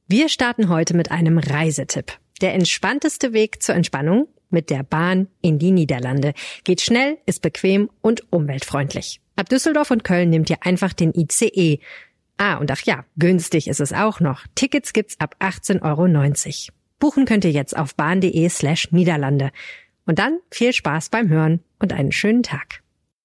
Wir starten heute mit einem Reisetipp. Der entspannteste Weg zur Entspannung mit der Bahn in die Niederlande. Geht schnell, ist bequem und umweltfreundlich. Ab Düsseldorf und Köln nehmt ihr einfach den ICE. Und ach ja, günstig ist es auch noch. Tickets gibt's ab 18,90 €. Buchen könnt ihr jetzt auf bahn.de/Niederlande. Und dann viel Spaß beim Hören und einen schönen Tag.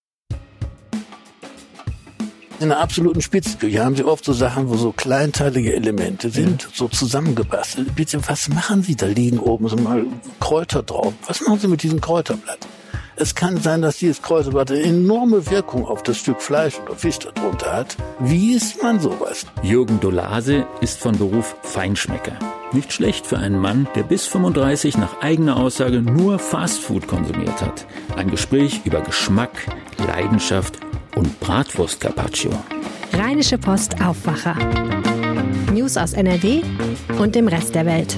In der absoluten Spitzenküche haben Sie oft so Sachen, wo so kleinteilige Elemente sind, so zusammengebastelt. Bitte, was machen Sie? Da liegen oben so mal Kräuter drauf. Was machen Sie mit diesem Kräuterblatt? Es kann sein, dass dieses Kräuterblatt eine enorme Wirkung auf das Stück Fleisch oder Fisch darunter hat. Wie isst man sowas? Jürgen Dolase ist von Beruf Feinschmecker. Nicht schlecht für einen Mann, der bis 35 nach eigener Aussage nur Fastfood konsumiert hat. Ein Gespräch über Geschmack, Leidenschaft und Bratwurst-Carpaccio. Rheinische Post Aufwacher. News aus NRW und dem Rest der Welt.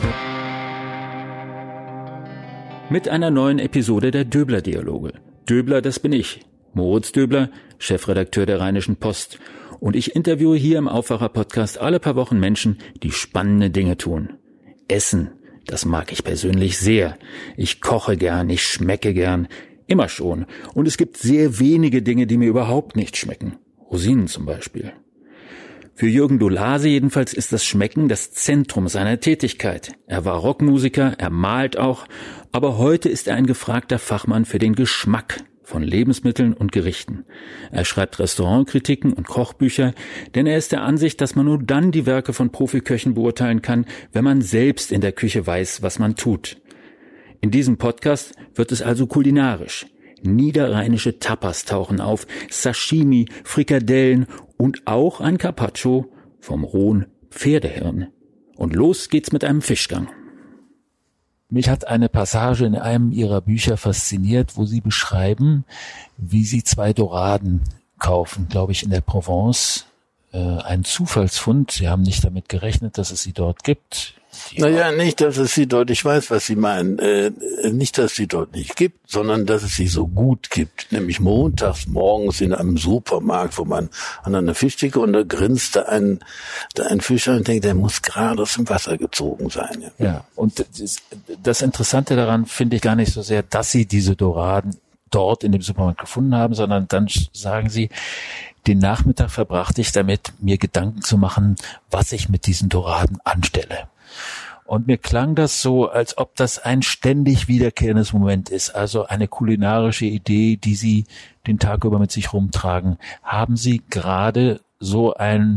Mit einer neuen Episode der Döbler-Dialoge. Döbler, das bin ich. Moritz Döbler, Chefredakteur der Rheinischen Post. Und ich interviewe hier im Aufwacher-Podcast alle paar Wochen Menschen, die spannende Dinge tun. Essen, das mag ich persönlich sehr. Ich koche gern, ich schmecke gern. Immer schon. Und es gibt sehr wenige Dinge, die mir überhaupt nicht schmecken. Rosinen zum Beispiel. Für Jürgen Dolase jedenfalls ist das Schmecken das Zentrum seiner Tätigkeit. Er war Rockmusiker, er malt auch, aber heute ist er ein gefragter Fachmann für den Geschmack von Lebensmitteln und Gerichten. Er schreibt Restaurantkritiken und Kochbücher, denn er ist der Ansicht, dass man nur dann die Werke von Profiköchen beurteilen kann, wenn man selbst in der Küche weiß, was man tut. In diesem Podcast wird es also kulinarisch. Niederrheinische Tapas tauchen auf, Sashimi, Frikadellen und auch ein Carpaccio vom rohen Pferdehirn. Und los geht's mit einem Fischgang. Mich hat eine Passage in einem Ihrer Bücher fasziniert, wo Sie beschreiben, wie Sie 2 Doraden kaufen, glaube ich, in der Provence. Ein Zufallsfund. Sie haben nicht damit gerechnet, dass es sie dort gibt. Naja, nicht, dass es sie dort, ich weiß, was Sie meinen, nicht, dass es sie dort nicht gibt, sondern dass es sie so gut gibt. Nämlich montags morgens in einem Supermarkt, wo man an einer Fischtheke und da grinst da ein Fischer und denkt, der muss gerade aus dem Wasser gezogen sein. Ja, und das Interessante daran finde ich gar nicht so sehr, dass Sie diese Doraden dort in dem Supermarkt gefunden haben, sondern dann sagen Sie, den Nachmittag verbrachte ich damit, mir Gedanken zu machen, was ich mit diesen Doraden anstelle. Und mir klang das so, als ob das ein ständig wiederkehrendes Moment ist, also eine kulinarische Idee, die Sie den Tag über mit sich rumtragen. Haben Sie gerade so ein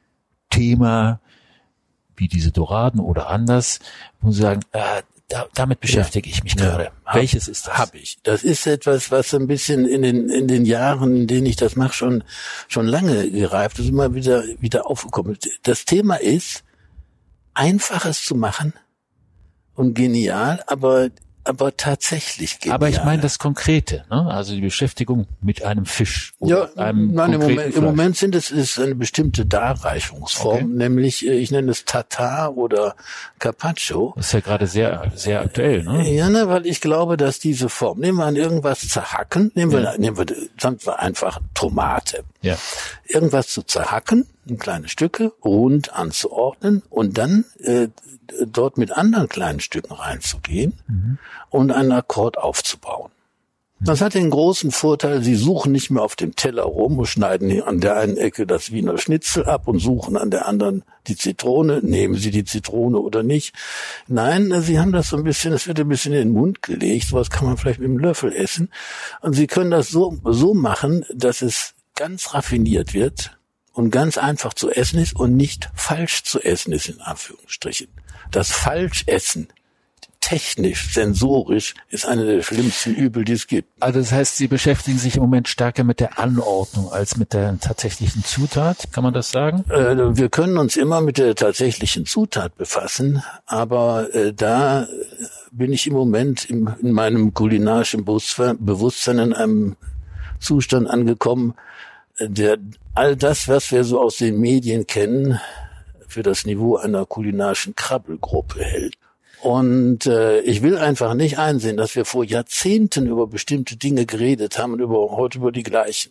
Thema wie diese Doraden oder anders, wo Sie sagen, damit beschäftige ich mich gerade. Welches ist das? Hab ich. Das ist etwas, was ein bisschen in den Jahren, in denen ich das mache, schon lange gereift ist, immer wieder aufgekommen. Das Thema ist, Einfaches zu machen und genial, aber tatsächlich genial. Aber ich meine das Konkrete, ne? Also die Beschäftigung mit einem Fisch oder einem konkreten Fleisch. Im Moment ist eine bestimmte Darreichungsform, nämlich ich nenne es Tartar oder Carpaccio. Das ist ja gerade sehr, sehr aktuell, ne? Ja, weil ich glaube, dass diese Form, nehmen wir an irgendwas zerhacken, nehmen wir einfach Tomate. Ja. Irgendwas zu zerhacken, in kleine Stücke, rund anzuordnen und dann dort mit anderen kleinen Stücken reinzugehen und einen Akkord aufzubauen. Das hat den großen Vorteil, Sie suchen nicht mehr auf dem Teller rum und schneiden an der einen Ecke das Wiener Schnitzel ab und suchen an der anderen die Zitrone. Nehmen Sie die Zitrone oder nicht? Nein, Sie haben das so ein bisschen, es wird ein bisschen in den Mund gelegt. Sowas kann man vielleicht mit einem Löffel essen. Und Sie können das so machen, dass es ganz raffiniert wird und ganz einfach zu essen ist und nicht falsch zu essen ist, in Anführungsstrichen. Das Falschessen, technisch, sensorisch, ist eine der schlimmsten Übel, die es gibt. Also das heißt, Sie beschäftigen sich im Moment stärker mit der Anordnung als mit der tatsächlichen Zutat, kann man das sagen? Wir können uns immer mit der tatsächlichen Zutat befassen, aber da bin ich im Moment in meinem kulinarischen Bewusstsein in einem Zustand angekommen, der all das, was wir so aus den Medien kennen, für das Niveau einer kulinarischen Krabbelgruppe hält. Und ich will einfach nicht einsehen, dass wir vor Jahrzehnten über bestimmte Dinge geredet haben und heute über die gleichen.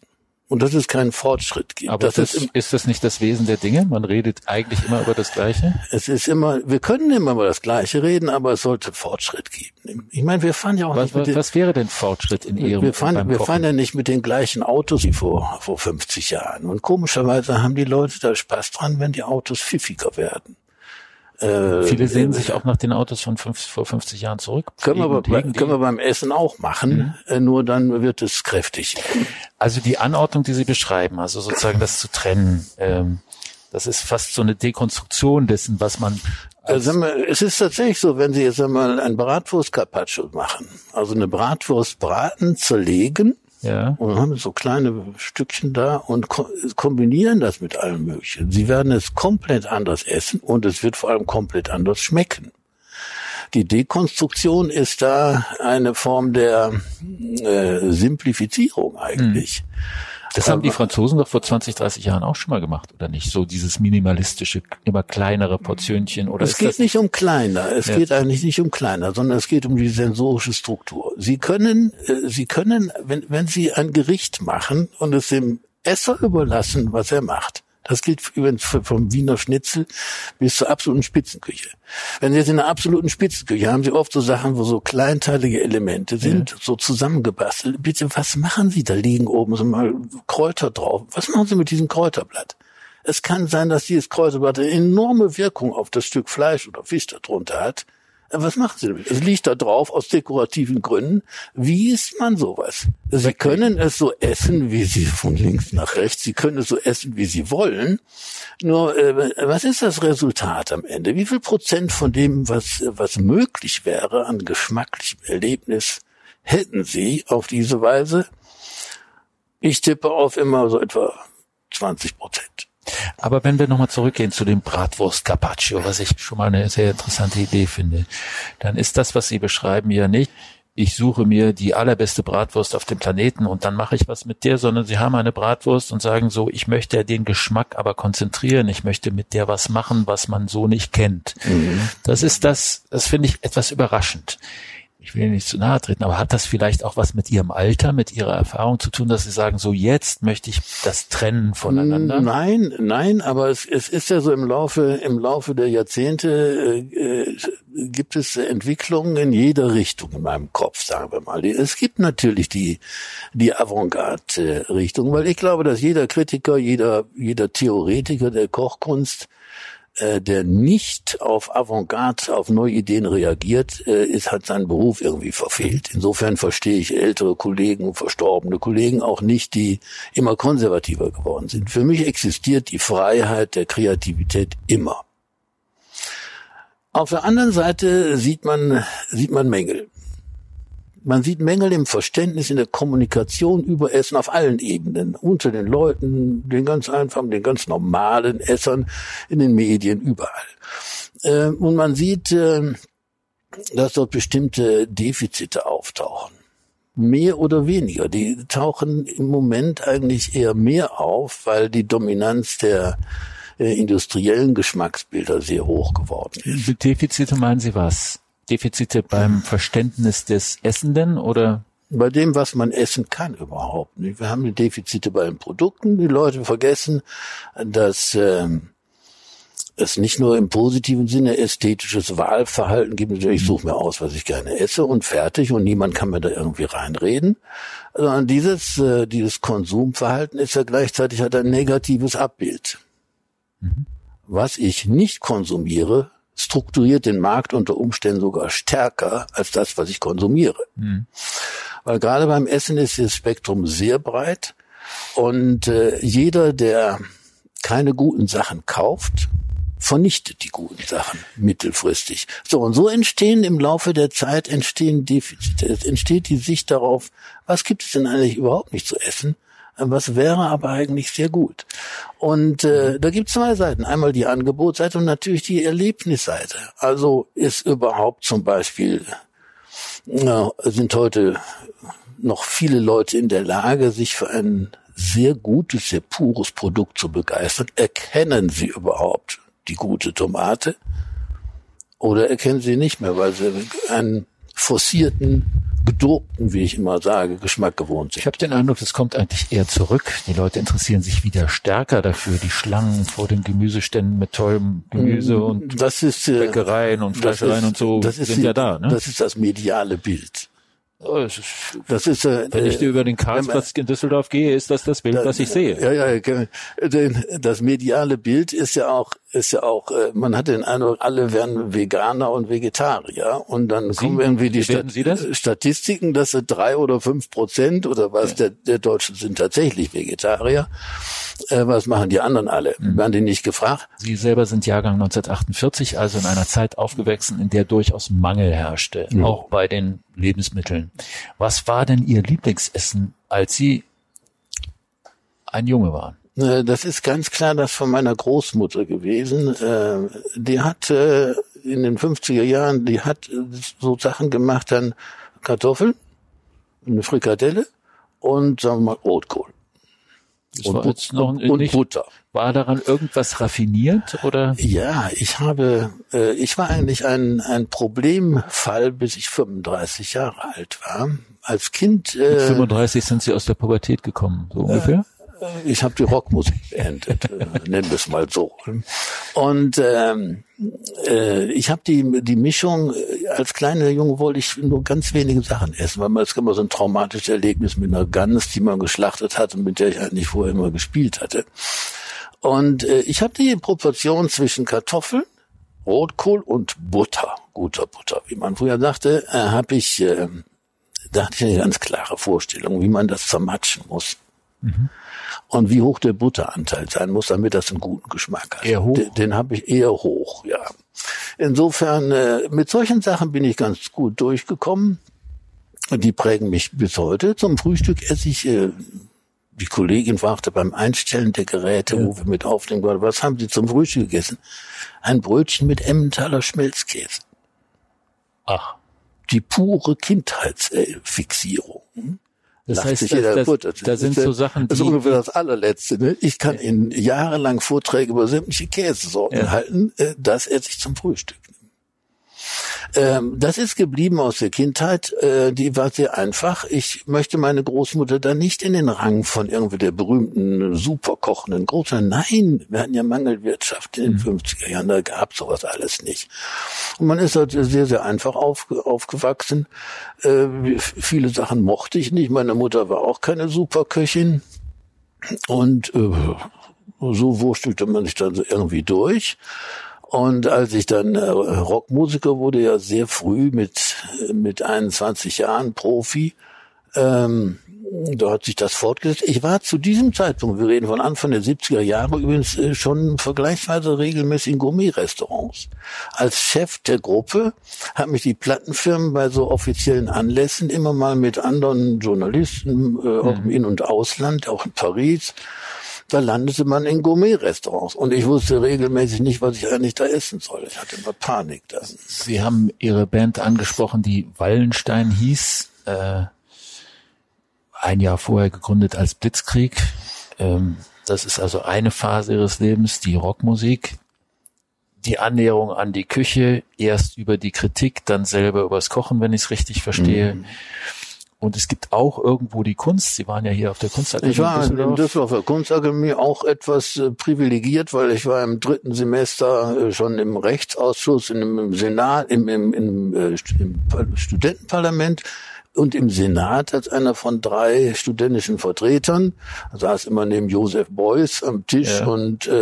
und dass es keinen Fortschritt gibt. Aber ist das nicht das Wesen der Dinge? Man redet eigentlich immer über das Gleiche? Wir können immer über das Gleiche reden, aber es sollte Fortschritt geben. Ich meine, wir fahren ja auch was wäre denn Fortschritt in Ihrem Wir fahren ja nicht mit den gleichen Autos wie vor 50 Jahren. Und komischerweise haben die Leute da Spaß dran, wenn die Autos pfiffiger werden. Viele sehen sich auch nach den Autos von vor 50 Jahren zurück. Können wir beim Essen auch machen, nur dann wird es kräftig. Also die Anordnung, die Sie beschreiben, also sozusagen das zu trennen, das ist fast so eine Dekonstruktion dessen, was man... Es ist tatsächlich so, wenn Sie jetzt einmal ein Bratwurst-Carpaccio machen, also eine Bratwurst braten, zerlegen, ja, und haben so kleine Stückchen da und kombinieren das mit allem Möglichen. Sie werden es komplett anders essen und es wird vor allem komplett anders schmecken. Die Dekonstruktion ist da eine Form der Simplifizierung eigentlich. Das haben die Franzosen doch vor 20, 30 Jahren auch schon mal gemacht, oder nicht? So dieses minimalistische, immer kleinere Portionchen, oder? Es geht nicht um kleiner. Es geht eigentlich nicht um kleiner, sondern es geht um die sensorische Struktur. Sie können, wenn Sie ein Gericht machen und es dem Esser überlassen, was er macht. Das gilt übrigens vom Wiener Schnitzel bis zur absoluten Spitzenküche. Wenn Sie jetzt in einer absoluten Spitzenküche haben Sie oft so Sachen, wo so kleinteilige Elemente sind, so zusammengebastelt. Bitte, was machen Sie? Da liegen oben so mal Kräuter drauf. Was machen Sie mit diesem Kräuterblatt? Es kann sein, dass dieses Kräuterblatt eine enorme Wirkung auf das Stück Fleisch oder Fisch darunter hat. Was machen Sie damit? Es liegt da drauf aus dekorativen Gründen. Wie isst man sowas? Sie können es so essen, wie Sie von links nach rechts. Sie können es so essen, wie Sie wollen. Nur, was ist das Resultat am Ende? Wie viel Prozent von dem, was möglich wäre an geschmacklichem Erlebnis, hätten Sie auf diese Weise? Ich tippe auf immer so etwa 20%. Aber wenn wir nochmal zurückgehen zu dem Bratwurst-Carpaccio, was ich schon mal eine sehr interessante Idee finde, dann ist das, was Sie beschreiben, ja nicht, ich suche mir die allerbeste Bratwurst auf dem Planeten und dann mache ich was mit der, sondern Sie haben eine Bratwurst und sagen so, ich möchte den Geschmack aber konzentrieren, ich möchte mit der was machen, was man so nicht kennt. Das finde ich etwas überraschend. Ich will Ihnen nicht zu nahe treten, aber hat das vielleicht auch was mit Ihrem Alter, mit Ihrer Erfahrung zu tun, dass Sie sagen, so jetzt möchte ich das trennen voneinander? Nein, aber es ist ja so im Laufe der Jahrzehnte gibt es Entwicklungen in jeder Richtung in meinem Kopf, sagen wir mal. Es gibt natürlich die Avantgarde-Richtung, weil ich glaube, dass jeder Kritiker, jeder Theoretiker der Kochkunst, der nicht auf Avantgarde, auf neue Ideen reagiert, hat seinen Beruf irgendwie verfehlt. Insofern verstehe ich ältere Kollegen, verstorbene Kollegen auch nicht, die immer konservativer geworden sind. Für mich existiert die Freiheit der Kreativität immer. Auf der anderen Seite sieht man Mängel. Man sieht Mängel im Verständnis, in der Kommunikation über Essen auf allen Ebenen. Unter den Leuten, den ganz einfachen, den ganz normalen Essern, in den Medien, überall. Und man sieht, dass dort bestimmte Defizite auftauchen. Mehr oder weniger. Die tauchen im Moment eigentlich eher mehr auf, weil die Dominanz der industriellen Geschmacksbilder sehr hoch geworden ist. Mit Defizite meinen Sie was? Defizite beim Verständnis des Essenden oder? Bei dem, was man essen kann überhaupt nicht. Wir haben Defizite bei den Produkten. Die Leute vergessen, dass es nicht nur im positiven Sinne ästhetisches Wahlverhalten gibt. Ich suche mir aus, was ich gerne esse und fertig und niemand kann mir da irgendwie reinreden. Sondern dieses Konsumverhalten ist ja gleichzeitig hat ein negatives Abbild. Was ich nicht konsumiere, strukturiert den Markt unter Umständen sogar stärker als das, was ich konsumiere. Weil gerade beim Essen ist das Spektrum sehr breit und jeder, der keine guten Sachen kauft, vernichtet die guten Sachen mittelfristig. So, und so entstehen im Laufe der Zeit Defizite. Es entsteht die Sicht darauf, was gibt es denn eigentlich überhaupt nicht zu essen? Was wäre aber eigentlich sehr gut. Und da gibt es zwei Seiten. Einmal die Angebotsseite und natürlich die Erlebnisseite. Also ist überhaupt zum Beispiel, sind heute noch viele Leute in der Lage, sich für ein sehr gutes, sehr pures Produkt zu begeistern. Erkennen sie überhaupt die gute Tomate? Oder erkennen sie nicht mehr, weil sie ein forcierten, gedobten, wie ich immer sage, Geschmack gewohnt sind. Ich habe den Eindruck, das kommt eigentlich eher zurück. Die Leute interessieren sich wieder stärker dafür. Die Schlangen vor den Gemüseständen mit tollem Gemüse und Bäckereien und Fleischereien und so sind ja da. Ne? Das ist das mediale Bild. Das ist, wenn ich über den Karlsplatz in Düsseldorf gehe, ist das Bild, was ich sehe. Ja, das mediale Bild ist ja auch, man hat den Eindruck, alle werden Veganer und Vegetarier und dann kommen irgendwie die Statistiken, dass 3 oder 5% oder was der Deutschen sind tatsächlich Vegetarier. Was machen die anderen alle? Werden die nicht gefragt? Sie selber sind Jahrgang 1948, also in einer Zeit aufgewachsen, in der durchaus Mangel herrschte, auch bei den Lebensmitteln. Was war denn Ihr Lieblingsessen, als Sie ein Junge waren? Das ist ganz klar das von meiner Großmutter gewesen. Die hat in den 50er Jahren, die hat so Sachen gemacht, dann Kartoffeln, eine Frikadelle und, sagen wir mal, Rotkohl. Und Butter. War daran irgendwas raffiniert oder? Ja, ich war eigentlich ein Problemfall, bis ich 35 Jahre alt war. Als Kind. Mit 35 sind Sie aus der Pubertät gekommen, so ungefähr? Ich habe die Rockmusik beendet, nennen wir es mal so. Und ich habe die Mischung, als kleiner Junge wollte ich nur ganz wenige Sachen essen, weil es immer so ein traumatisches Erlebnis mit einer Gans, die man geschlachtet hat und mit der ich eigentlich vorher immer gespielt hatte. Und ich habe die Proportion zwischen Kartoffeln, Rotkohl und Butter, guter Butter, wie man früher sagte, da hatte ich eine ganz klare Vorstellung, wie man das zermatschen muss. Und wie hoch der Butteranteil sein muss, damit das einen guten Geschmack hat. Eher hoch? Den habe ich eher hoch, ja. Insofern, mit solchen Sachen bin ich ganz gut durchgekommen. Die prägen mich bis heute. Zum Frühstück esse ich, die Kollegin fragte beim Einstellen der Geräte, wo wir mit aufnehmen wollten, was haben Sie zum Frühstück gegessen? Ein Brötchen mit Emmentaler Schmelzkäse. Ach. Die pure Kindheitsfixierung. Das heißt, da sind so Sachen, das ist ungefähr das allerletzte. Ne? Ich kann Ihnen jahrelang Vorträge über sämtliche Käsesorten halten. Das esse ich zum Frühstück. Das ist geblieben aus der Kindheit. Die war sehr einfach. Ich möchte meine Großmutter da nicht in den Rang von irgendwie der berühmten, super kochenden Großmutter. Nein, wir hatten ja Mangelwirtschaft in den 50er Jahren. Da gab sowas alles nicht. Und man ist halt sehr, sehr einfach aufgewachsen. Viele Sachen mochte ich nicht. Meine Mutter war auch keine Superköchin. Und so wurstelte man sich dann so irgendwie durch. Und als ich dann Rockmusiker wurde, ja sehr früh mit 21 Jahren Profi, da hat sich das fortgesetzt. Ich war zu diesem Zeitpunkt, wir reden von Anfang der 70er Jahre, übrigens schon vergleichsweise regelmäßig in Gourmet-Restaurants. Als Chef der Gruppe haben mich die Plattenfirmen bei so offiziellen Anlässen immer mal mit anderen Journalisten, auch im In- und Ausland, auch in Paris, da landete man in Gourmet-Restaurants. Und ich wusste regelmäßig nicht, was ich eigentlich da essen soll. Ich hatte immer Panik da. Sie haben Ihre Band angesprochen, die Wallenstein hieß, ein Jahr vorher gegründet als Blitzkrieg. Das ist also eine Phase Ihres Lebens, die Rockmusik. Die Annäherung an die Küche, erst über die Kritik, dann selber übers Kochen, wenn ich es richtig verstehe. Und es gibt auch irgendwo die Kunst. Sie waren ja hier auf der Kunstakademie. Ich war in Düsseldorfer Kunstakademie auch etwas privilegiert, weil ich war im 3. Semester schon im Rechtsausschuss, im Senat, im Studentenparlament und im Senat als einer von 3 studentischen Vertretern. Da saß immer neben Josef Beuys am Tisch und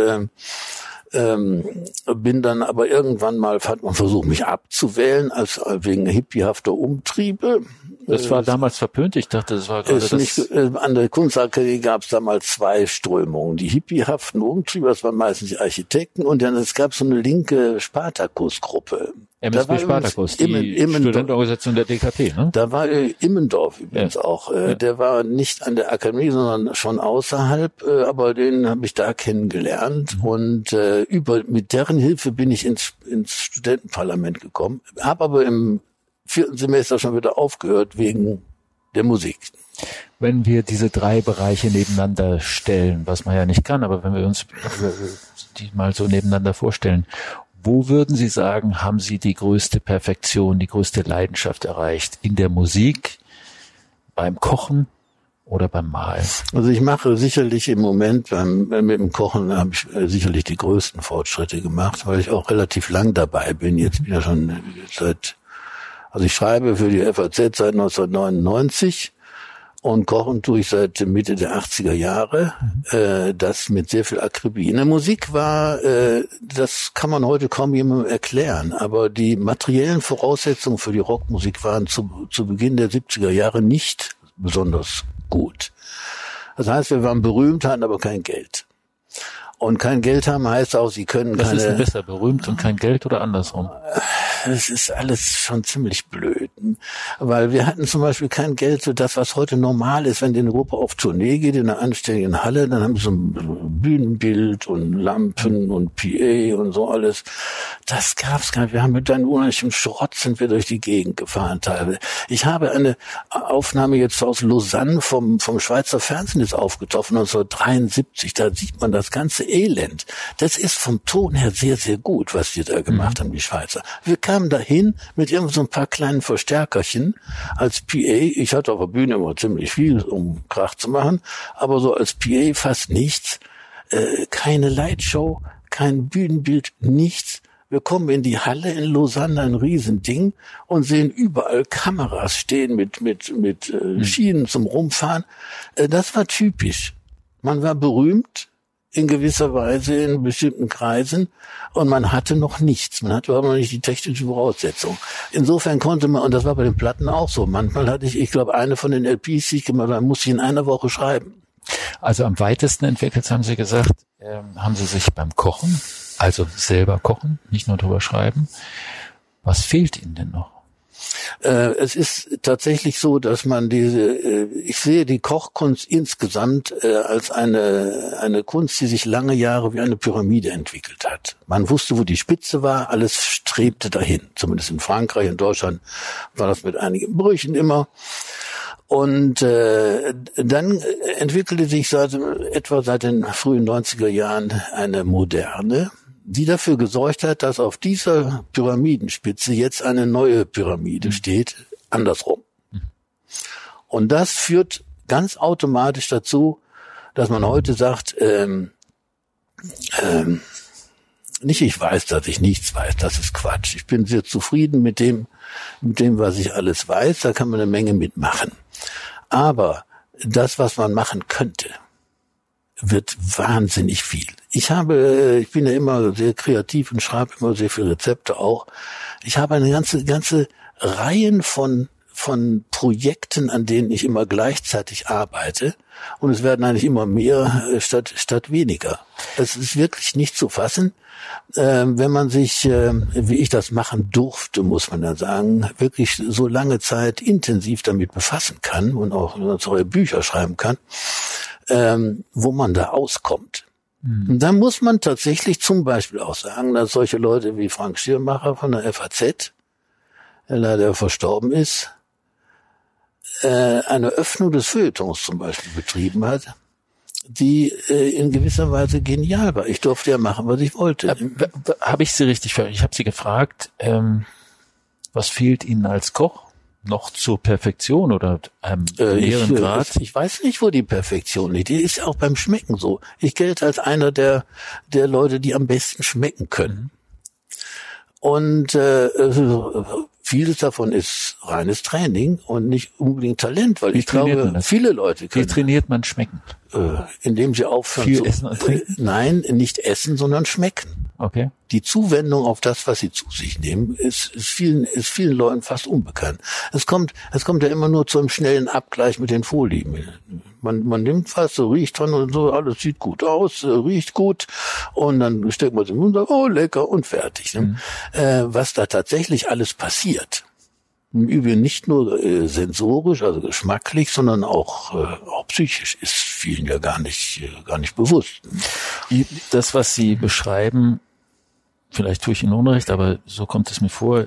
bin dann aber irgendwann mal, hat man versucht, mich abzuwählen, als wegen hippiehafter Umtriebe. Das war damals verpönt. Ich dachte, das war gerade das. An der Kunstakademie gab es damals 2 Strömungen. Die hippiehaften Umtriebe, das waren meistens die Architekten, und dann es gab so eine linke Spartakus-Gruppe. MSB Spartakus, die Studentenorganisation der DKP, ne? Da war Immendorf übrigens auch. Der war nicht an der Akademie, sondern schon außerhalb, aber den habe ich da kennengelernt. Und mit deren Hilfe bin ich ins Studentenparlament gekommen, habe aber im 4. Semester schon wieder aufgehört wegen der Musik. Wenn wir diese 3 Bereiche nebeneinander stellen, was man ja nicht kann, aber wenn wir uns die mal so nebeneinander vorstellen, Wo würden Sie sagen, haben Sie die größte Perfektion, die größte Leidenschaft erreicht? In der Musik, beim Kochen oder beim Malen? Also ich mache sicherlich im Moment mit dem Kochen habe ich sicherlich die größten Fortschritte gemacht, weil ich auch relativ lang dabei bin. Jetzt bin ich ja schon also ich schreibe für die FAZ seit 1999 und kochen tue ich seit Mitte der 80er Jahre, das mit sehr viel Akribie. In der Musik das kann man heute kaum jemandem erklären, aber die materiellen Voraussetzungen für die Rockmusik waren zu Beginn der 70er Jahre nicht besonders gut. Das heißt, wir waren berühmt, hatten aber kein Geld. Und kein Geld haben heißt auch, sie können Was ist denn besser, berühmt und kein Geld oder andersrum? Es ist alles schon ziemlich blöd. Weil wir hatten zum Beispiel kein Geld für das, was heute normal ist. Wenn die eine Gruppe auf Tournee geht, in einer anständigen Halle, dann haben sie so ein Bühnenbild und Lampen und PA und so alles. Das gab's gar nicht. Wir haben mit einem unheimlichen Schrott sind wir durch die Gegend gefahren teilweise. Ich habe eine Aufnahme jetzt aus Lausanne vom Schweizer Fernsehen jetzt aufgetroffen, 1973. Da sieht man das ganze Elend. Das ist vom Ton her sehr, sehr gut, was die da gemacht haben, die Schweizer. Wir kamen dahin mit irgend so ein paar kleinen Verstärkerchen als PA. Ich hatte auf der Bühne immer ziemlich viel, um Krach zu machen, aber so als PA fast nichts. Keine Lightshow, kein Bühnenbild, nichts. Wir kommen in die Halle in Lausanne, ein Riesending, und sehen überall Kameras stehen mit Schienen zum Rumfahren. Das war typisch. Man war berühmt in gewisser Weise in bestimmten Kreisen und man hatte noch nichts. Man hatte überhaupt noch nicht die technische Voraussetzung. Insofern konnte man, und das war bei den Platten auch so, manchmal hatte ich glaube, eine von den LPs, die ich gemacht habe, musste ich in einer Woche schreiben. Also am weitesten entwickelt, haben Sie gesagt, haben Sie sich beim Kochen, also selber kochen, nicht nur drüber schreiben. Was fehlt Ihnen denn noch? Es ist tatsächlich so, dass man ich sehe die Kochkunst insgesamt als eine Kunst, die sich lange Jahre wie eine Pyramide entwickelt hat. Man wusste, wo die Spitze war, alles strebte dahin. Zumindest in Frankreich, in Deutschland war das mit einigen Brüchen immer. Und dann entwickelte sich etwa seit den frühen 90er Jahren eine Moderne, die dafür gesorgt hat, dass auf dieser Pyramidenspitze jetzt eine neue Pyramide steht, andersrum. Und das führt ganz automatisch dazu, dass man heute sagt, nicht ich weiß, dass ich nichts weiß, das ist Quatsch. Ich bin sehr zufrieden mit dem, was ich alles weiß, da kann man eine Menge mitmachen. Aber das, was man machen könnte, wird wahnsinnig viel. Ich bin ja immer sehr kreativ und schreibe immer sehr viele Rezepte auch. Ich habe eine ganze Reihen von Projekten, an denen ich immer gleichzeitig arbeite. Und es werden eigentlich immer mehr statt weniger. Es ist wirklich nicht zu fassen. Wenn man sich, wie ich das machen durfte, muss man dann sagen, wirklich so lange Zeit intensiv damit befassen kann und auch solche Bücher schreiben kann, wo man da auskommt. Und da muss man tatsächlich zum Beispiel auch sagen, dass solche Leute wie Frank Schirmacher von der FAZ, der leider verstorben ist, eine Öffnung des Feuilletons zum Beispiel betrieben hat, die in gewisser Weise genial war. Ich durfte ja machen, was ich wollte. Habe ich Sie richtig verstanden? Ich habe Sie gefragt, was fehlt Ihnen als Koch noch zur Perfektion oder einem näheren Grad? Ich weiß nicht, wo die Perfektion liegt. Die ist ja auch beim Schmecken so. Ich gelte als einer der Leute, die am besten schmecken können. Und vieles davon ist reines Training und nicht unbedingt Talent, weil ich glaube, viele Leute können. Wie trainiert man schmecken? Indem sie aufhören viel essen und trinken? Nein, nicht essen, sondern schmecken. Okay. Die Zuwendung auf das, was sie zu sich nehmen, ist vielen Leuten fast unbekannt. Es kommt ja immer nur zu einem schnellen Abgleich mit den Vorlieben. Man nimmt was, so riecht dran und so, alles sieht gut aus, riecht gut, und dann steckt man es im Mund und sagt, oh, lecker, und fertig. Was da tatsächlich alles passiert, im Übrigen nicht nur sensorisch, also geschmacklich, sondern auch psychisch, ist vielen ja gar nicht bewusst. Das, was Sie beschreiben, vielleicht tue ich Ihnen Unrecht, aber so kommt es mir vor,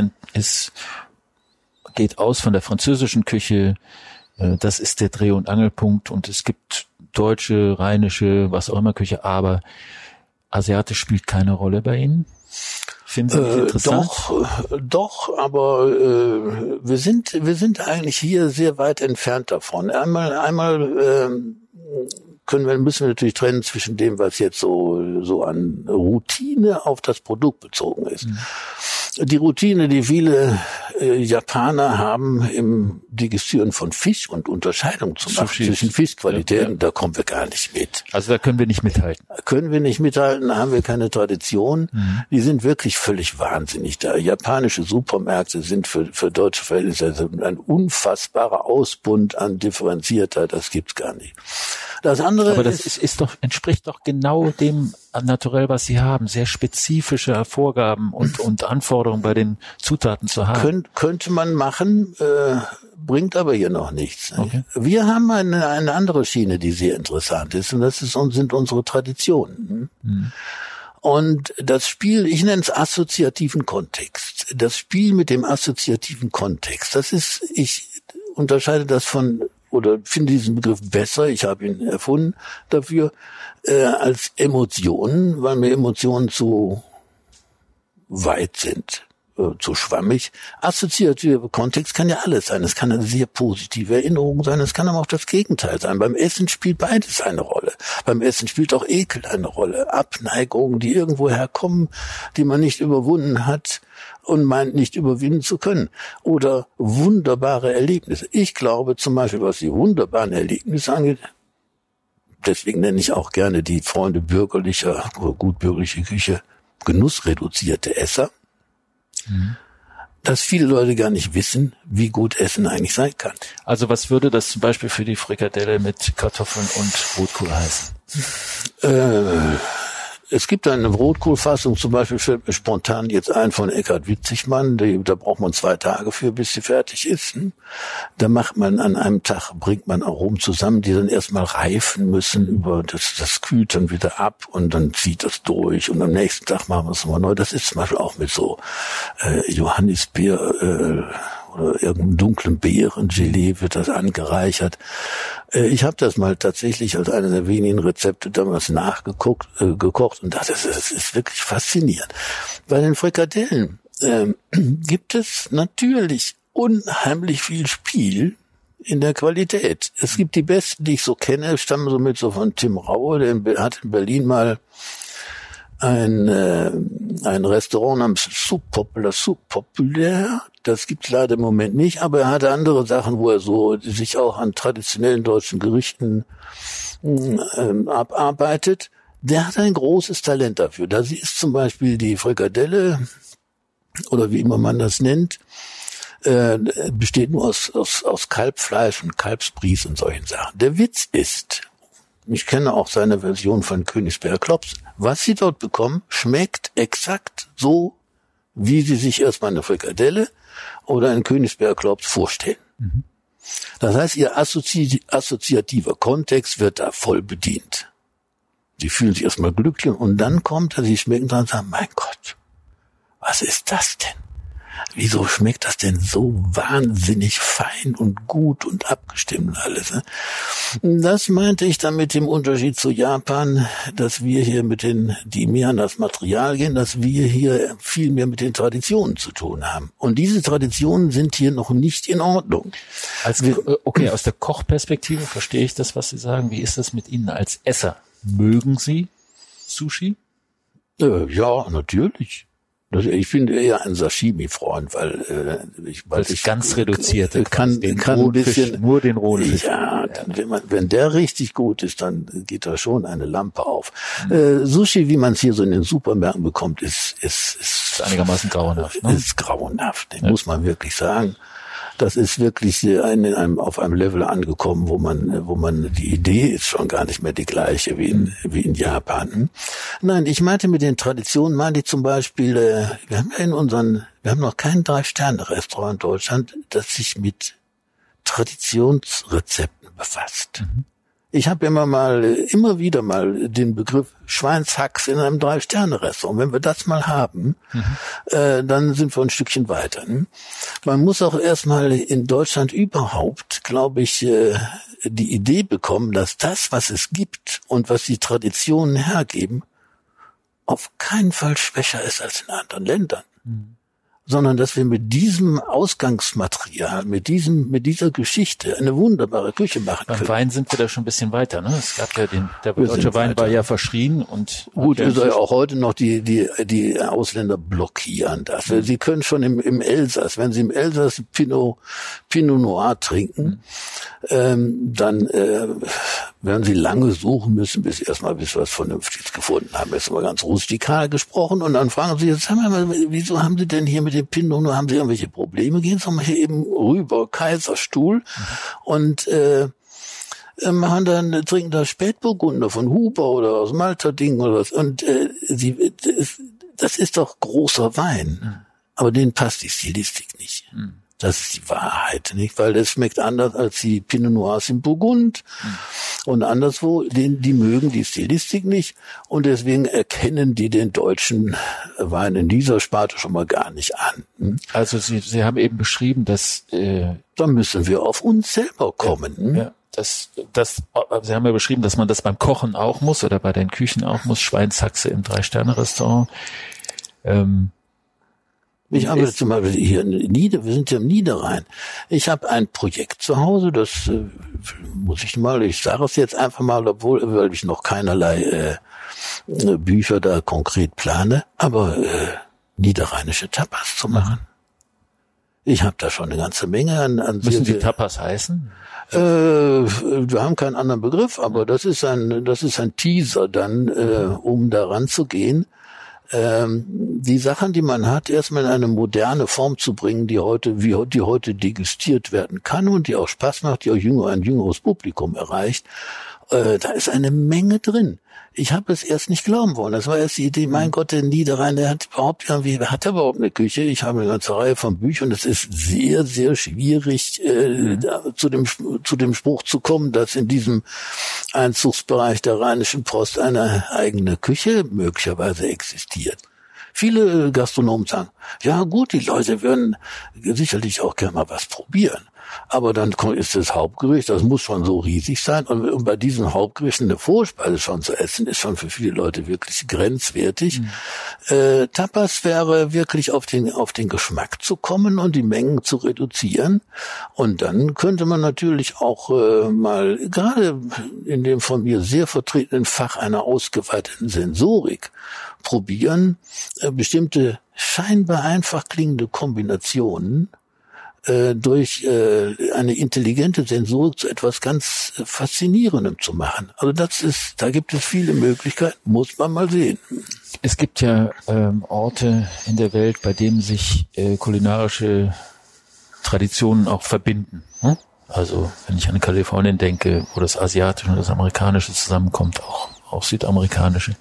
geht aus von der französischen Küche. Das ist der Dreh- und Angelpunkt, und es gibt deutsche, rheinische, was auch immer Küche, aber asiatisch spielt keine Rolle bei Ihnen? Finden Sie nicht interessant? Doch, aber wir sind eigentlich hier sehr weit entfernt davon. Einmal müssen wir natürlich trennen zwischen dem, was jetzt so an Routine auf das Produkt bezogen ist. Mhm. Die Routine, die viele Japaner haben die Gestieren von Fisch und Unterscheidung zu machen zwischen Fischqualitäten, da kommen wir gar nicht mit. Also da können wir nicht mithalten. Da haben wir keine Tradition. Mhm. Die sind wirklich völlig wahnsinnig da. Japanische Supermärkte sind für deutsche Verhältnisse ein unfassbarer Ausbund an Differenziertheit, das gibt's gar nicht. Das andere aber das entspricht doch genau dem Naturell, was Sie haben, sehr spezifische Vorgaben und Anforderungen bei den Zutaten zu haben. Könnte man machen, bringt aber hier noch nichts. Okay. Wir haben eine andere Schiene, die sehr interessant ist, und das sind unsere Traditionen. Mhm. Und das Spiel, ich nenne es assoziativen Kontext. Das Spiel mit dem assoziativen Kontext, ich unterscheide das oder finde diesen Begriff besser, ich habe ihn erfunden dafür, als Emotionen, weil mir Emotionen zu weit sind, zu schwammig. Assoziativer Kontext kann ja alles sein. Es kann eine sehr positive Erinnerung sein, es kann aber auch das Gegenteil sein. Beim Essen spielt beides eine Rolle. Beim Essen spielt auch Ekel eine Rolle. Abneigungen, die irgendwo herkommen, die man nicht überwunden hat und meint, nicht überwinden zu können. Oder wunderbare Erlebnisse. Ich glaube zum Beispiel, was die wunderbaren Erlebnisse angeht, deswegen nenne ich auch gerne die Freunde bürgerlicher oder gutbürgerliche Küche genussreduzierte Esser, dass viele Leute gar nicht wissen, wie gut Essen eigentlich sein kann. Also was würde das zum Beispiel für die Frikadelle mit Kartoffeln und Rotkohl heißen? Es gibt eine Rotkohlfassung, zum Beispiel fällt mir spontan jetzt ein von Eckhard Witzigmann, da braucht man 2 Tage für, bis sie fertig ist. Da macht man an einem Tag, bringt man Aromen zusammen, die dann erstmal reifen müssen, das kühlt dann wieder ab und dann zieht das durch und am nächsten Tag machen wir es nochmal neu. Das ist zum Beispiel auch mit so Johannisbeer oder irgendeinem dunklen Beerengelee wird das angereichert. Ich habe das mal tatsächlich als eine der wenigen Rezepte damals gekocht und das ist wirklich faszinierend. Bei den Frikadellen gibt es natürlich unheimlich viel Spiel in der Qualität. Es gibt die besten, die ich so kenne, stammen so von Tim Raue, der hat in Berlin mal ein Restaurant namens Soup Populaire. Das gibt's leider im Moment nicht, aber er hatte andere Sachen, wo er so sich auch an traditionellen deutschen Gerichten abarbeitet. Der hat ein großes Talent dafür. Da ist zum Beispiel die Frikadelle, oder wie immer man das nennt, besteht nur aus Kalbfleisch und Kalbsbries und solchen Sachen. Der Witz ist, ich kenne auch seine Version von Königsberger Klops. Was Sie dort bekommen, schmeckt exakt so, wie Sie sich erstmal eine Frikadelle oder einen Königsberger Klops vorstellen. Mhm. Das heißt, Ihr assoziativer Kontext wird da voll bedient. Sie fühlen sich erstmal glücklich und dann kommt er, Sie schmecken dran und sagen, mein Gott, was ist das denn? Wieso schmeckt das denn so wahnsinnig fein und gut und abgestimmt und alles? Ne? Das meinte ich dann mit dem Unterschied zu Japan, dass wir hier die mehr an das Material gehen, dass wir hier viel mehr mit den Traditionen zu tun haben. Und diese Traditionen sind hier noch nicht in Ordnung. Okay, aus der Kochperspektive verstehe ich das, was Sie sagen. Wie ist das mit Ihnen als Esser? Mögen Sie Sushi? Ja, natürlich. Ich bin eher ein Sashimi-Freund, weil ich ganz reduzierte kann ein bisschen nur den rohen Fisch. Ja, wenn der richtig gut ist, dann geht da schon eine Lampe auf. Sushi, wie man es hier so in den Supermärkten bekommt, ist einigermaßen grauenhaft. Ne? Ist grauenhaft, muss man wirklich sagen. Das ist wirklich auf einem Level angekommen, wo man die Idee ist schon gar nicht mehr die gleiche wie in Japan. Nein, ich meinte mit den Traditionen, meinte ich zum Beispiel, wir haben noch kein 3-Sterne-Restaurant in Deutschland, das sich mit Traditionsrezepten befasst. Mhm. Ich habe immer wieder mal den Begriff Schweinshacks in einem 3-Sterne-Restaurant. Wenn wir das mal haben, dann sind wir ein Stückchen weiter. Ne? Man muss auch erstmal in Deutschland überhaupt, glaube ich, die Idee bekommen, dass das, was es gibt und was die Traditionen hergeben, auf keinen Fall schwächer ist als in anderen Ländern. Sondern dass wir mit diesem Ausgangsmaterial, mit dieser Geschichte eine wunderbare Küche machen können. Beim Wein sind wir da schon ein bisschen weiter, ne? Es gab ja der deutsche Wein war ja verschrien und gut, ist ja auch heute noch die Ausländer blockieren das. Sie können schon im Elsass, wenn sie im Elsass Pinot Noir trinken, dann werden sie lange suchen müssen, bis sie was Vernünftiges gefunden haben. Jetzt mal ganz rustikal gesprochen und dann fragen sie, jetzt wieso haben Sie denn hier mit dem Pinot Noir, haben Sie irgendwelche Probleme? Gehen Sie mal hier eben rüber, Kaiserstuhl und trinken da Spätburgunder von Huber oder aus Malterding oder was. Und das ist doch großer Wein. Aber denen passt die Stilistik nicht. Das ist die Wahrheit, nicht? Weil das schmeckt anders als die Pinot Noirs in Burgund und anderswo. Die mögen die Stilistik nicht und deswegen erkennen die den deutschen Wein in dieser Sparte schon mal gar nicht an. Also Sie haben eben beschrieben, dass da müssen wir auf uns selber kommen. Ja. Sie haben ja beschrieben, dass man das beim Kochen auch muss oder bei den Küchen auch muss. Schweinshaxe im 3-Sterne-Restaurant. Ich arbeite zum Beispiel hier wir sind ja im Niederrhein. Ich habe ein Projekt zu Hause, das ich sage es jetzt einfach mal, weil ich noch keinerlei Bücher da konkret plane, aber niederrheinische Tapas zu machen. Ich habe da schon eine ganze Menge an Müssen die Tapas heißen? Wir haben keinen anderen Begriff, aber das ist ein Teaser dann, um da ranzugehen. Die Sachen, die man hat, erstmal in eine moderne Form zu bringen, die heute degustiert werden kann und die auch Spaß macht, die auch ein jüngeres Publikum erreicht. Da ist eine Menge drin. Ich habe es erst nicht glauben wollen. Das war erst die Idee, mein Gott, der Niederrhein, der hat überhaupt eine Küche. Ich habe eine ganze Reihe von Büchern. Es ist sehr, sehr schwierig, zu dem Spruch zu kommen, dass in diesem Einzugsbereich der Rheinischen Post eine eigene Küche möglicherweise existiert. Viele Gastronomen sagen, ja gut, die Leute würden sicherlich auch gerne mal was probieren. Aber dann ist das Hauptgericht, das muss schon so riesig sein. Und bei diesen Hauptgerichten eine Vorspeise schon zu essen, ist schon für viele Leute wirklich grenzwertig. Tapas wäre wirklich auf den Geschmack zu kommen und die Mengen zu reduzieren. Und dann könnte man natürlich auch mal, gerade in dem von mir sehr vertretenen Fach einer ausgeweiteten Sensorik, probieren, bestimmte scheinbar einfach klingende Kombinationen durch eine intelligente Sensorik zu etwas ganz Faszinierendem zu machen. Also da gibt es viele Möglichkeiten, muss man mal sehen. Es gibt ja Orte in der Welt, bei denen sich kulinarische Traditionen auch verbinden. Also wenn ich an Kalifornien denke, wo das Asiatische und das Amerikanische zusammenkommt, auch Südamerikanische.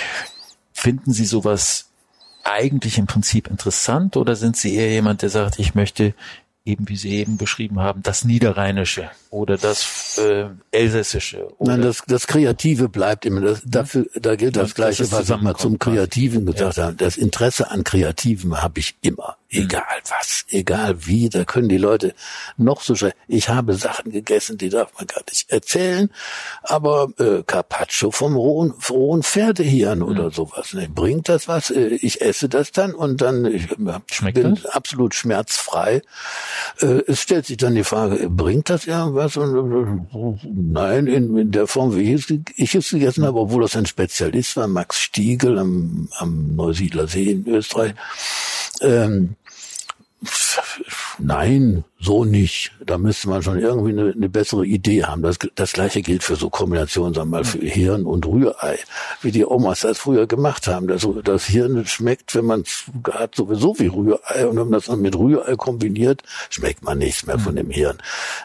Finden Sie sowas eigentlich im Prinzip interessant oder sind Sie eher jemand, der sagt, ich möchte eben, wie Sie eben beschrieben haben, das Niederrheinische oder das Elsässische? Oder nein, das Kreative bleibt immer. Da gilt das Gleiche, was wir mal zum Kreativen gesagt haben. Das Interesse an Kreativen habe ich immer. Egal was, egal wie, da können die Leute noch so schnell. Ich habe Sachen gegessen, die darf man gar nicht erzählen, aber Carpaccio vom rohen Pferdehirn oder sowas. Ne? Bringt das was? Ich esse das dann und dann bin absolut schmerzfrei. Es stellt sich dann die Frage, bringt das irgendwas? Und, nein, in der Form, wie ich es gegessen habe, obwohl das ein Spezialist war, Max Stiegel am Neusiedler See in Österreich. Nein, so nicht. Da müsste man schon irgendwie eine bessere Idee haben. Das Gleiche gilt für so Kombinationen, sagen wir mal, für Hirn und Rührei, wie die Omas das früher gemacht haben. Das Hirn schmeckt, wenn man es hat, sowieso wie Rührei. Und wenn man das dann mit Rührei kombiniert, schmeckt man nichts mehr von dem Hirn.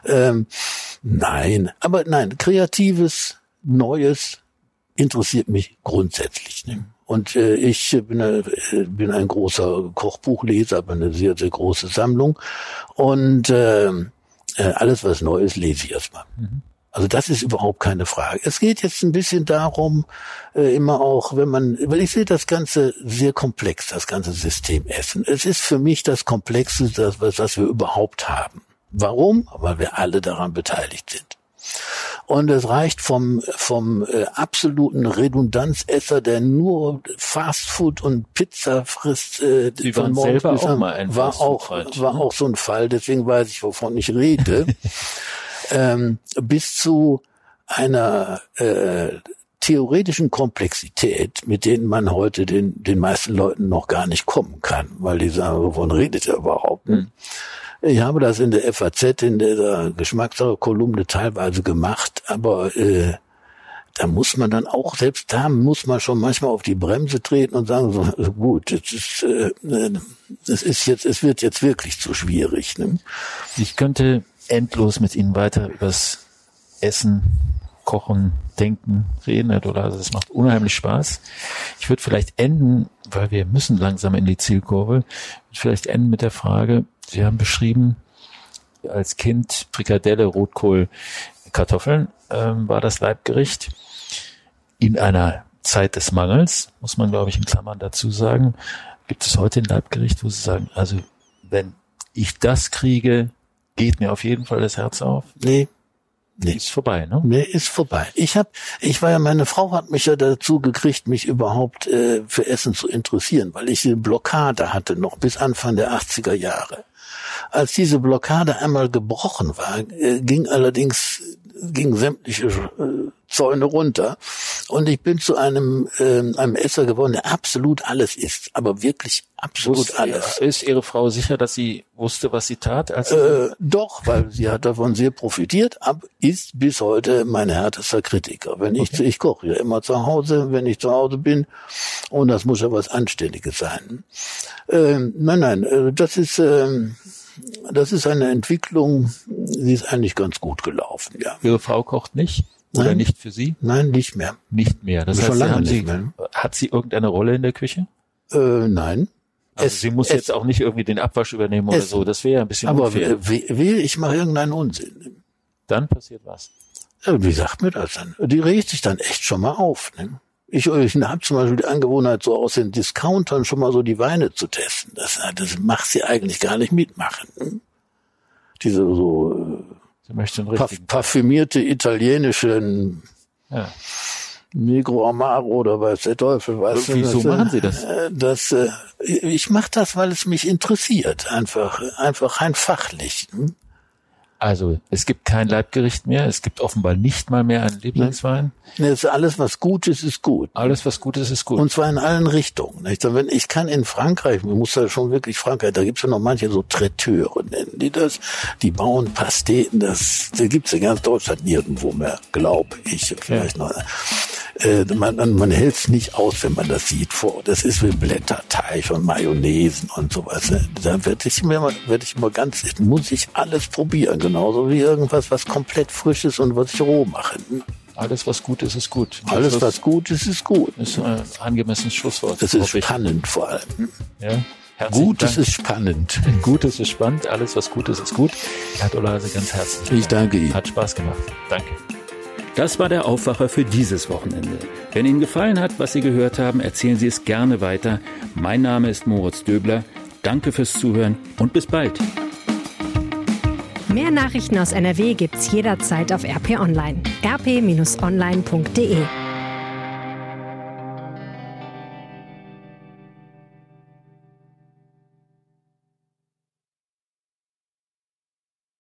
Nein, Kreatives, Neues interessiert mich grundsätzlich nicht. Und ich bin ein großer Kochbuchleser, habe eine sehr, sehr große Sammlung. Und alles, was neu ist, lese ich erstmal. Also das ist überhaupt keine Frage. Es geht jetzt ein bisschen darum, immer auch, weil ich sehe das Ganze sehr komplex, das ganze System Essen. Es ist für mich das Komplexeste, was wir überhaupt haben. Warum? Weil wir alle daran beteiligt sind. Und es reicht vom absoluten Redundanzesser, der nur Fastfood und Pizza frisst, von morgens bis abends, war auch so ein Fall, deswegen weiß ich, wovon ich rede, bis zu einer theoretischen Komplexität, mit denen man heute den meisten Leuten noch gar nicht kommen kann, weil die sagen, wovon redet er überhaupt? Ich habe das in der FAZ, in der Geschmackssache-Kolumne teilweise gemacht, aber da muss man dann auch, selbst da muss man schon manchmal auf die Bremse treten und sagen, so gut, es wird jetzt wirklich zu schwierig. Ne? Ich könnte endlos mit Ihnen weiter übers Essen, Kochen, Denken reden, Herr Dollase. Also das macht unheimlich Spaß. Ich würde vielleicht enden, weil wir müssen langsam in die Zielkurve, vielleicht enden mit der Frage, Sie haben beschrieben, als Kind Frikadelle, Rotkohl, Kartoffeln war das Leibgericht. In einer Zeit des Mangels, muss man, glaube ich, in Klammern dazu sagen, gibt es heute ein Leibgericht, wo Sie sagen, also wenn ich das kriege, geht mir auf jeden Fall das Herz auf? Nee. Ist vorbei, ne? Nee, ist vorbei. Meine Frau hat mich ja dazu gekriegt, mich überhaupt für Essen zu interessieren, weil ich eine Blockade hatte, noch bis Anfang der 80er Jahre. Als diese Blockade einmal gebrochen war, gingen sämtliche Zäune runter und ich bin zu einem Esser geworden, der absolut alles isst, aber wirklich absolut alles. Ist Ihre Frau sicher, dass sie wusste, was sie tat? Doch, weil sie hat davon sehr profitiert, aber ist bis heute mein härtester Kritiker. Ich koche ja immer zu Hause, wenn ich zu Hause bin, und das muss ja was Anständiges sein. Das ist eine Entwicklung, die ist eigentlich ganz gut gelaufen, ja. Ihre Frau kocht nicht? Oder Nein, nicht für Sie? Nein, nicht mehr. Nicht mehr. Das heißt, schon lange nicht mehr. Hat sie irgendeine Rolle in der Küche? Nein. Also sie muss jetzt auch nicht irgendwie den Abwasch übernehmen oder so. Das wäre ja ein bisschen unfair. Aber ich mache irgendeinen Unsinn. Dann passiert was. Wie sagt mir das dann? Die regt sich dann echt schon mal auf. Ne? Ich habe zum Beispiel die Angewohnheit, so aus den Discountern schon mal so die Weine zu testen. Das macht sie eigentlich gar nicht mitmachen. Ne? Diese so parfümierte italienische Negro Amaro oder weiß der Teufel was. Wieso machen Sie das? Ich mache das, weil es mich interessiert. Einfach rein fachlich. Ne? Also, es gibt kein Leibgericht mehr. Es gibt offenbar nicht mal mehr einen Lieblingswein. Nee, alles, was gut ist, ist gut. Alles, was gut ist, ist gut. Und zwar in allen Richtungen. Nicht? Ich kann in Frankreich, man muss ja schon wirklich Frankreich, da gibt's ja noch manche so Traiteure, nennen die das. Die bauen Pasteten, da gibt's in ganz Deutschland nirgendwo mehr, glaube ich. Vielleicht noch. Man hält's nicht aus, wenn man das sieht vor. Das ist wie Blätterteig und Mayonnaise und sowas. Da muss ich alles probieren. Genauso wie irgendwas, was komplett frisch ist und was ich roh mache. Alles, was gut ist, ist gut. Alles, was gut ist, ist gut. Das ist ein angemessenes Schlusswort. Das ist spannend vor allem. Ja. Gutes ist spannend. Gutes ist spannend. Alles, was gut ist, ist gut. Herr Dollase, ganz herzlich Dank. Ich danke Ihnen. Hat Spaß gemacht. Danke. Das war der Aufwacher für dieses Wochenende. Wenn Ihnen gefallen hat, was Sie gehört haben, erzählen Sie es gerne weiter. Mein Name ist Moritz Döbler. Danke fürs Zuhören und bis bald. Mehr Nachrichten aus NRW gibt's jederzeit auf RP Online. rp-online.de